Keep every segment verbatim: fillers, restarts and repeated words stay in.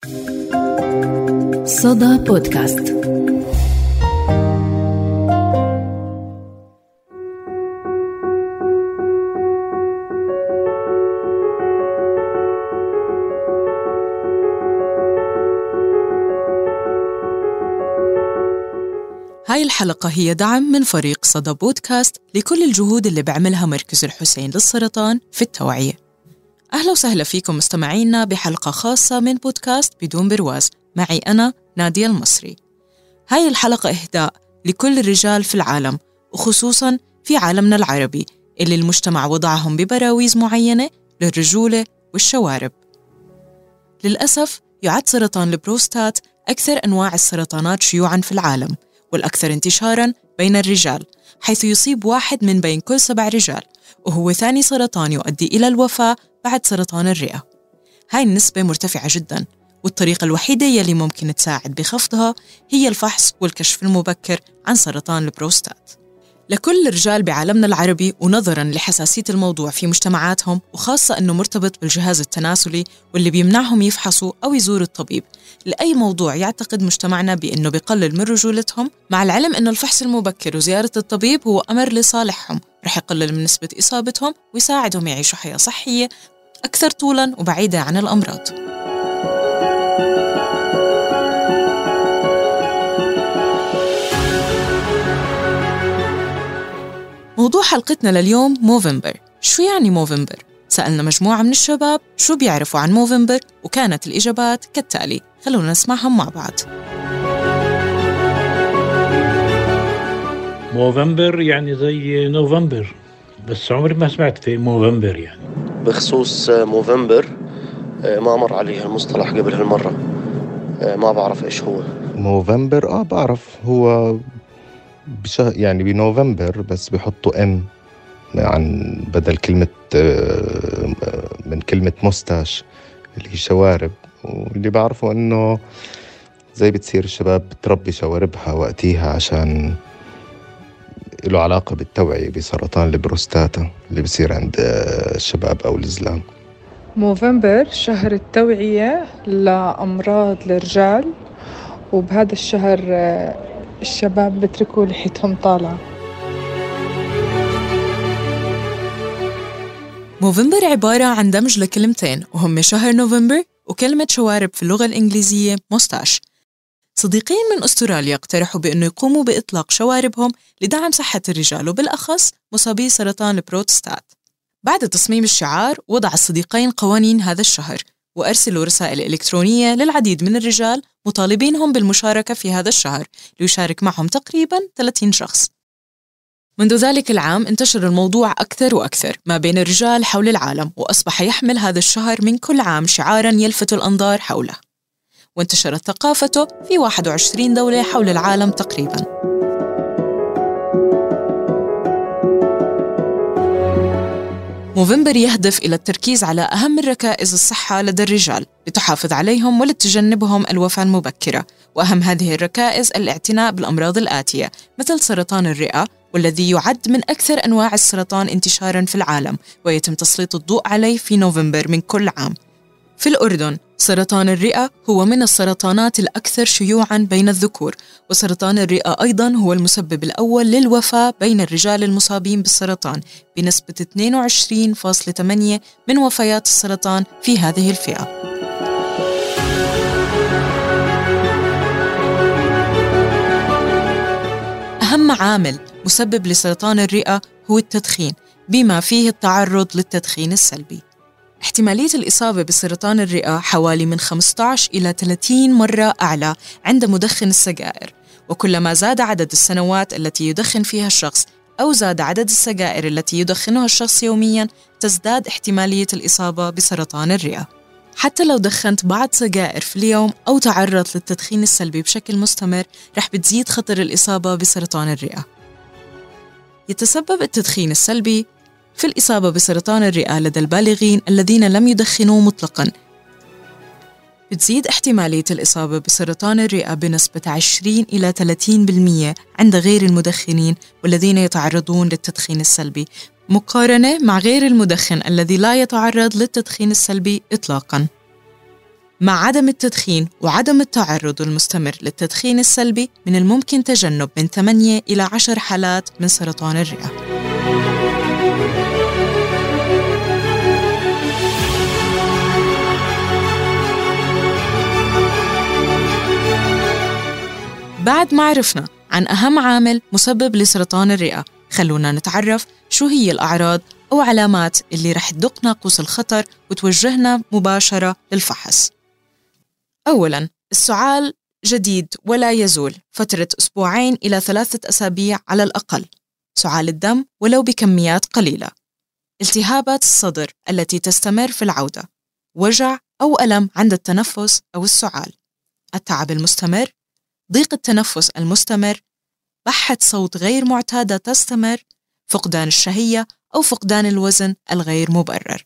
صدى بودكاست. هاي الحلقة هي دعم من فريق صدى بودكاست لكل الجهود اللي بعملها مركز الحسين للسرطان في التوعية. أهلا وسهلا فيكم مستمعينا بحلقة خاصة من بودكاست بدون برواز معي أنا نادية المصري. هاي الحلقة إهداء لكل الرجال في العالم وخصوصاً في عالمنا العربي اللي المجتمع وضعهم ببراويز معينة للرجولة والشوارب. للأسف يعد سرطان البروستات أكثر أنواع السرطانات شيوعاً في العالم والأكثر انتشاراً بين الرجال، حيث يصيب واحد من بين كل سبع رجال، وهو ثاني سرطان يؤدي إلى الوفاة بعد سرطان الرئة. هاي النسبة مرتفعة جداً، والطريقة الوحيدة يلي ممكن تساعد بخفضها هي الفحص والكشف المبكر عن سرطان البروستات. لكل الرجال بعالمنا العربي ونظراً لحساسية الموضوع في مجتمعاتهم، وخاصة أنه مرتبط بالجهاز التناسلي واللي بيمنعهم يفحصوا أو يزوروا الطبيب لأي موضوع يعتقد مجتمعنا بأنه بيقلل من رجولتهم، مع العلم أنه الفحص المبكر وزيارة الطبيب هو أمر لصالحهم، رح يقلل من نسبة إصابتهم ويساعدهم يعيشوا حياة صحية أكثر طولاً وبعيدة عن الأمراض. موضوع حلقتنا لليوم موفمبر. شو يعني موفمبر؟ سألنا مجموعة من الشباب شو بيعرفوا عن موفمبر، وكانت الإجابات كالتالي، خلونا نسمعهم مع بعض. موفمبر يعني زي نوفمبر، بس عمري ما سمعت في موفمبر. يعني بخصوص موفمبر ما مر عليه المصطلح قبل هالمرة، ما بعرف إيش هو موفمبر. آه بعرف، هو بشه يعني بنوفمبر بس بيحطوا إم عن بدل كلمة من كلمة مستاش اللي هي شوارب، واللي بعرفه إنه زي بتصير الشباب بتربي شواربها وقتيها عشان له علاقة بالتوعية بسرطان البروستاتا اللي بصير عند الشباب أو الزلام. موفمبر شهر التوعية لأمراض الرجال، وبهذا الشهر الشباب بتركوا لحيتهم طالعة. موفمبر عبارة عن دمج لكلمتين وهم شهر نوفمبر وكلمة شوارب في اللغة الإنجليزية موستاش. صديقين من أستراليا اقترحوا بأنه يقوموا بإطلاق شواربهم لدعم صحة الرجال وبالأخص مصابي سرطان البروستات. بعد تصميم الشعار وضع الصديقين قوانين هذا الشهر وأرسلوا رسائل إلكترونية للعديد من الرجال مطالبينهم بالمشاركة في هذا الشهر ليشارك معهم تقريباً ثلاثين شخص. منذ ذلك العام انتشر الموضوع أكثر وأكثر ما بين الرجال حول العالم، وأصبح يحمل هذا الشهر من كل عام شعاراً يلفت الأنظار حوله، وانتشرت ثقافته في واحد وعشرين دولة حول العالم تقريباً. موفمبر يهدف إلى التركيز على أهم الركائز الصحة لدى الرجال لتحافظ عليهم ولتجنبهم الوفاة المبكرة، وأهم هذه الركائز الاعتناء بالأمراض الآتية مثل سرطان الرئة، والذي يعد من أكثر أنواع السرطان انتشاراً في العالم، ويتم تسليط الضوء عليه في نوفمبر من كل عام. في الأردن سرطان الرئة هو من السرطانات الأكثر شيوعاً بين الذكور، وسرطان الرئة أيضاً هو المسبب الأول للوفاة بين الرجال المصابين بالسرطان بنسبة اثنين وعشرين فاصلة ثمانية من وفيات السرطان في هذه الفئة. أهم عامل مسبب لسرطان الرئة هو التدخين، بما فيه التعرض للتدخين السلبي. احتمالية الإصابة بسرطان الرئة حوالي من خمسة عشر إلى ثلاثين مرة أعلى عند مدخن السجائر، وكلما زاد عدد السنوات التي يدخن فيها الشخص أو زاد عدد السجائر التي يدخنها الشخص يومياً تزداد احتمالية الإصابة بسرطان الرئة. حتى لو دخنت بعض سجائر في اليوم أو تعرضت للتدخين السلبي بشكل مستمر رح بتزيد خطر الإصابة بسرطان الرئة. يتسبب التدخين السلبي في الإصابة بسرطان الرئة لدى البالغين الذين لم يدخنوا مطلقاً. بتزيد احتمالية الإصابة بسرطان الرئة بنسبة عشرين إلى ثلاثين بالمئة عند غير المدخنين والذين يتعرضون للتدخين السلبي، مقارنة مع غير المدخن الذي لا يتعرض للتدخين السلبي إطلاقاً. مع عدم التدخين وعدم التعرض المستمر للتدخين السلبي من الممكن تجنب من ثمانية إلى عشر حالات من سرطان الرئة. بعد ما عرفنا عن أهم عامل مسبب لسرطان الرئة، خلونا نتعرف شو هي الأعراض أو علامات اللي رح تدق ناقوس الخطر وتوجهنا مباشرة للفحص. أولاً، السعال جديد ولا يزول فترة أسبوعين إلى ثلاثة أسابيع على الأقل. سعال الدم ولو بكميات قليلة. التهابات الصدر التي تستمر في العودة. وجع أو ألم عند التنفس أو السعال. التعب المستمر. ضيق التنفس المستمر. بحة صوت غير معتادة تستمر. فقدان الشهية أو فقدان الوزن الغير مبرر.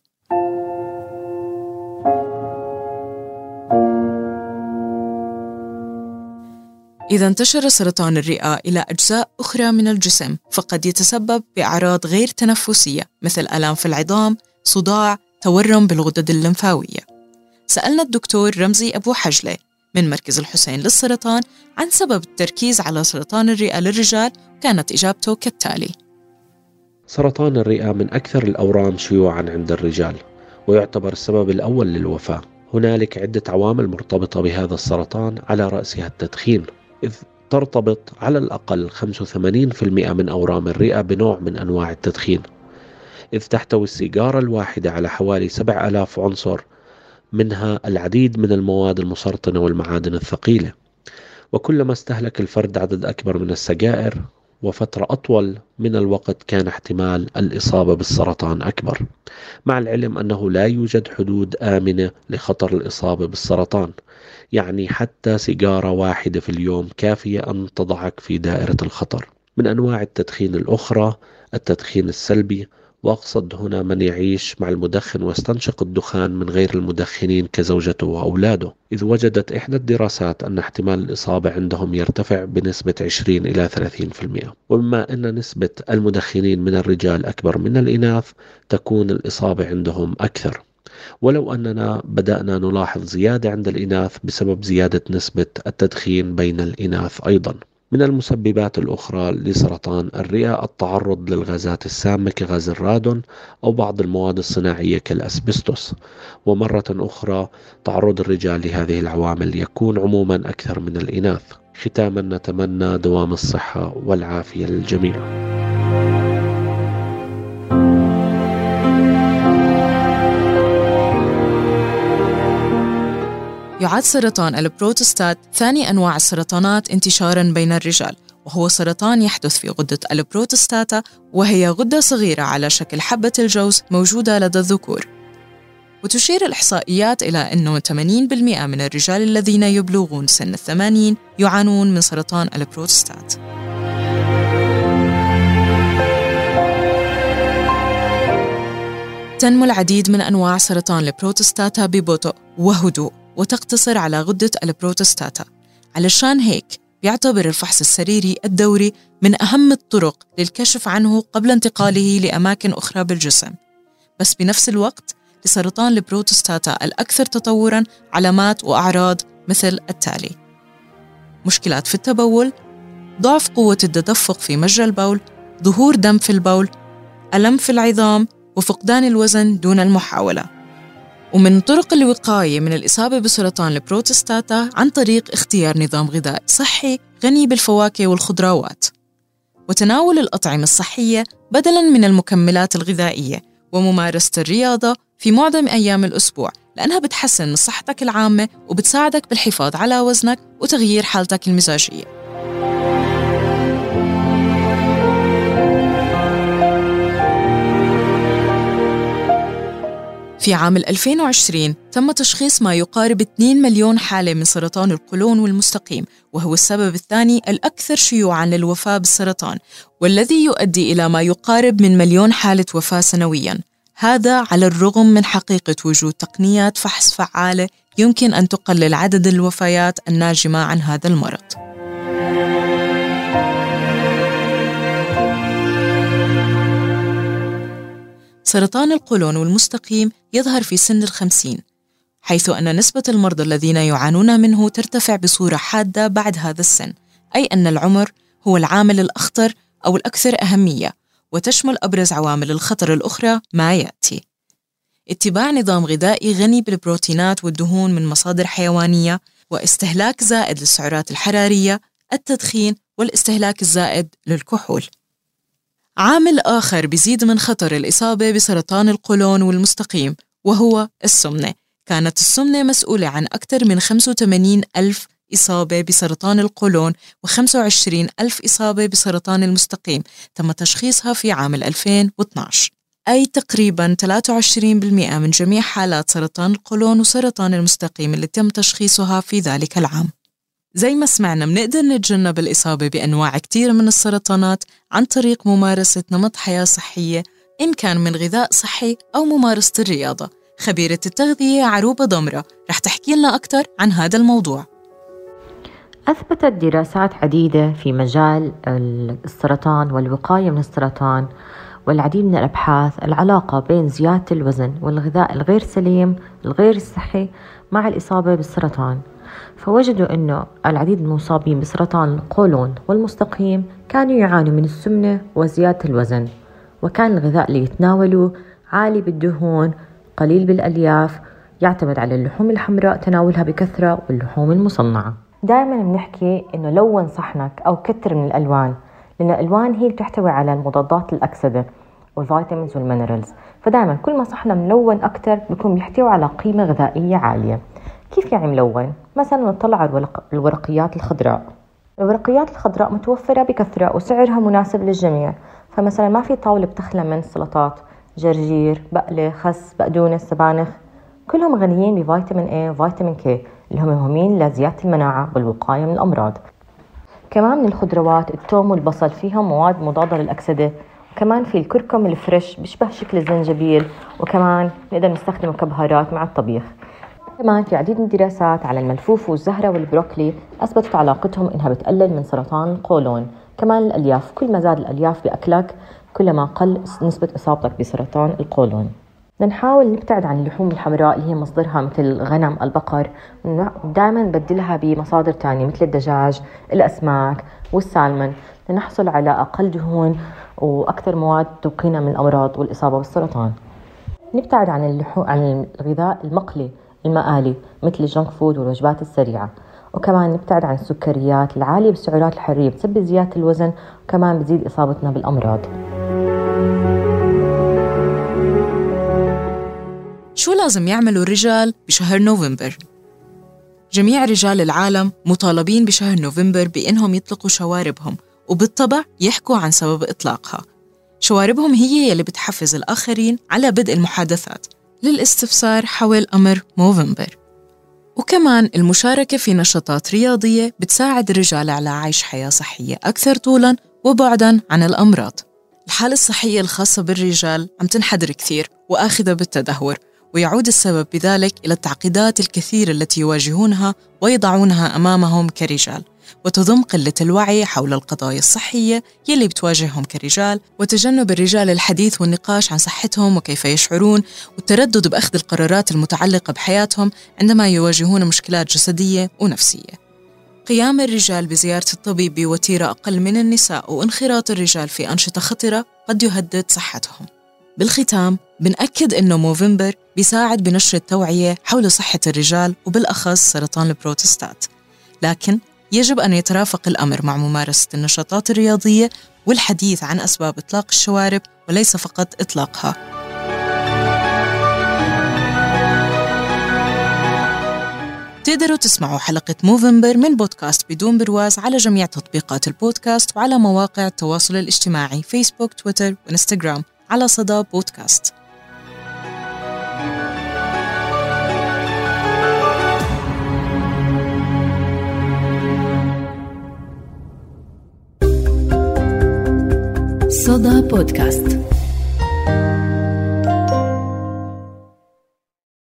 إذا انتشر سرطان الرئة إلى أجزاء أخرى من الجسم فقد يتسبب بأعراض غير تنفسية مثل آلام في العظام، صداع، تورم بالغدد الليمفاوية. سألنا الدكتور رمزي أبو حجلة من مركز الحسين للسرطان عن سبب التركيز على سرطان الرئة للرجال، كانت إجابته كالتالي: سرطان الرئة من أكثر الأورام شيوعاً عند الرجال، ويعتبر السبب الأول للوفاة. هنالك عدة عوامل مرتبطة بهذا السرطان، على رأسها التدخين، إذ ترتبط على الأقل خمسة وثمانين بالمئة من أورام الرئة بنوع من أنواع التدخين، إذ تحتوي السيجارة الواحدة على حوالي سبع آلاف عنصر، منها العديد من المواد المسرطنة والمعادن الثقيلة. وكلما استهلك الفرد عدد أكبر من السجائر وفترة أطول من الوقت كان احتمال الإصابة بالسرطان أكبر، مع العلم أنه لا يوجد حدود آمنة لخطر الإصابة بالسرطان. يعني حتى سيجارة واحدة في اليوم كافية أن تضعك في دائرة الخطر. من أنواع التدخين الأخرى التدخين السلبي، وأقصد هنا من يعيش مع المدخن واستنشق الدخان من غير المدخنين كزوجته وأولاده، إذ وجدت إحدى الدراسات أن احتمال الإصابة عندهم يرتفع بنسبة عشرين إلى ثلاثين بالمئة. وبما أن نسبة المدخنين من الرجال أكبر من الإناث تكون الإصابة عندهم أكثر، ولو أننا بدأنا نلاحظ زيادة عند الإناث بسبب زيادة نسبة التدخين بين الإناث أيضا. من المسببات الأخرى لسرطان الرئة التعرض للغازات السامة كغاز الرادون أو بعض المواد الصناعية كالأسبستوس. ومرة أخرى تعرض الرجال لهذه العوامل يكون عموما أكثر من الإناث. ختاما، نتمنى دوام الصحة والعافية للجميع. يعد سرطان البروتستات ثاني أنواع السرطانات انتشاراً بين الرجال، وهو سرطان يحدث في غدة البروتستاتا، وهي غدة صغيرة على شكل حبة الجوز موجودة لدى الذكور. وتشير الإحصائيات إلى أنه ثمانين بالمئة من الرجال الذين يبلغون سن الثمانين يعانون من سرطان البروتستات. تنمو العديد من أنواع سرطان البروتستاتا ببطء وهدوء، وتقتصر على غدة البروتستاتا. علشان هيك بيعتبر الفحص السريري الدوري من أهم الطرق للكشف عنه قبل انتقاله لأماكن أخرى بالجسم. بس بنفس الوقت لسرطان البروتستاتا الأكثر تطوراً علامات وأعراض مثل التالي: مشكلات في التبول، ضعف قوة التدفق في مجرى البول، ظهور دم في البول، ألم في العظام، وفقدان الوزن دون المحاولة. ومن طرق الوقاية من الإصابة بسرطان البروتستاتا عن طريق اختيار نظام غذائي صحي غني بالفواكه والخضروات، وتناول الأطعمة الصحية بدلاً من المكملات الغذائية، وممارسة الرياضة في معظم أيام الأسبوع لأنها بتحسن من صحتك العامة وبتساعدك بالحفاظ على وزنك وتغيير حالتك المزاجية. في عام ألفين وعشرين تم تشخيص ما يقارب اثنين مليون حالة من سرطان القولون والمستقيم، وهو السبب الثاني الأكثر شيوعاً للوفاة بالسرطان، والذي يؤدي إلى ما يقارب من مليون حالة وفاة سنوياً. هذا على الرغم من حقيقة وجود تقنيات فحص فعالة يمكن أن تقلل عدد الوفيات الناجمة عن هذا المرض. سرطان القولون والمستقيم يظهر في سن الخمسين، حيث أن نسبة المرضى الذين يعانون منه ترتفع بصورة حادة بعد هذا السن، أي أن العمر هو العامل الأخطر أو الأكثر أهمية، وتشمل أبرز عوامل الخطر الأخرى ما يأتي: اتباع نظام غذائي غني بالبروتينات والدهون من مصادر حيوانية، واستهلاك زائد للسعرات الحرارية، التدخين، والاستهلاك الزائد للكحول. عامل آخر بيزيد من خطر الإصابة بسرطان القولون والمستقيم وهو السمنة. كانت السمنة مسؤولة عن أكثر من خمسة وثمانين ألف إصابة بسرطان القولون وخمسة وعشرين ألف إصابة بسرطان المستقيم تم تشخيصها في عام ألفين واثني عشر، أي تقريباً ثلاثة وعشرين بالمئة من جميع حالات سرطان القولون وسرطان المستقيم اللي تم تشخيصها في ذلك العام. زي ما سمعنا، بنقدر نتجنب الإصابة بأنواع كتير من السرطانات عن طريق ممارسة نمط حياة صحية، إن كان من غذاء صحي أو ممارسة الرياضة. خبيرة التغذية عروبة ضمرة رح تحكي لنا أكتر عن هذا الموضوع. أثبتت دراسات عديدة في مجال السرطان والوقاية من السرطان والعديد من الأبحاث العلاقة بين زيادة الوزن والغذاء الغير سليم الغير صحي مع الإصابة بالسرطان. فوجدوا أنه العديد من المصابين بسرطان القولون والمستقيم كانوا يعانوا من السمنة وزيادة الوزن، وكان الغذاء اللي يتناولوه عالي بالدهون قليل بالألياف، يعتمد على اللحوم الحمراء تناولها بكثرة واللحوم المصنعة. دائما بنحكي أنه لون صحنك أو كتر من الألوان، لأن الألوان هي تحتوي على المضادات الأكسدة والفيتامينز والمينرالز، فدائما كل ما صحنا ملون أكتر بيكون بيحتوي على قيمة غذائية عالية. كيف يعني ملون؟ مثلا نطلع على الورقيات الخضراء. الورقيات الخضراء متوفرة بكثرة وسعرها مناسب للجميع، فمثلا ما في طاولة بتخلى من سلطات، جرجير، بقلة، خس، بقدونس، سبانخ، كلهم غنيين بفيتامين A وفيتامين K اللي هم مهمين لزيادة المناعة والوقاية من الأمراض. كمان من الخضروات الثوم والبصل فيهم مواد مضادة للأكسدة، وكمان في الكركم الفريش بيشبه شكل الزنجبيل، وكمان نقدر نستخدمه كبهارات مع الطبيخ. كمان في عديد من الدراسات على الملفوف والزهرة والبروكلي أثبتت علاقتهم إنها بتقلل من سرطان القولون. كمان الألياف، كل ما زاد الألياف بأكلك كلما قل نسبة إصابتك بسرطان القولون. نحاول نبتعد عن اللحوم الحمراء اللي هي مصدرها مثل الغنم، البقر، دائما نبدلها بمصادر تانية مثل الدجاج، الأسماك والسالمون لنحصل على أقل دهون وأكثر مواد توقينا من الأمراض والإصابة بالسرطان. نبتعد عن اللحوم عن الغذاء المقلي المقالي مثل الجنك فود والوجبات السريعة، وكمان نبتعد عن السكريات العالية بالسعرات الحرارية بتسبب زيادة الوزن، وكمان بتزيد إصابتنا بالأمراض. شو لازم يعملوا الرجال بشهر نوفمبر؟ جميع رجال العالم مطالبين بشهر نوفمبر بأنهم يطلقوا شواربهم، وبالطبع يحكوا عن سبب إطلاقها. شواربهم هي يلي بتحفز الآخرين على بدء المحادثات للاستفسار حول أمر موفمبر. وكمان المشاركة في نشاطات رياضية بتساعد الرجال على عيش حياة صحية أكثر طولاً وبعداً عن الأمراض. الحالة الصحية الخاصة بالرجال عم تنحدر كثير وآخذة بالتدهور، ويعود السبب بذلك إلى التعقيدات الكثيرة التي يواجهونها ويضعونها أمامهم كرجال، وتضم قلة الوعي حول القضايا الصحية يلي بتواجههم كرجال، وتجنب الرجال الحديث والنقاش عن صحتهم وكيف يشعرون، والتردد بأخذ القرارات المتعلقة بحياتهم عندما يواجهون مشكلات جسدية ونفسية. قيام الرجال بزيارة الطبيب بوتيرة أقل من النساء وانخراط الرجال في أنشطة خطرة قد يهدد صحتهم. بالختام بنأكد إنه موفمبر بيساعد بنشر التوعية حول صحة الرجال وبالأخص سرطان البروستات، لكن يجب أن يترافق الأمر مع ممارسة النشاطات الرياضية والحديث عن أسباب إطلاق الشوارب وليس فقط إطلاقها. تقدروا تسمعوا حلقة موفمبر من بودكاست بدون برواز على جميع تطبيقات البودكاست وعلى مواقع التواصل الاجتماعي فيسبوك، تويتر وإنستغرام على صدى بودكاست. صدى بودكاست.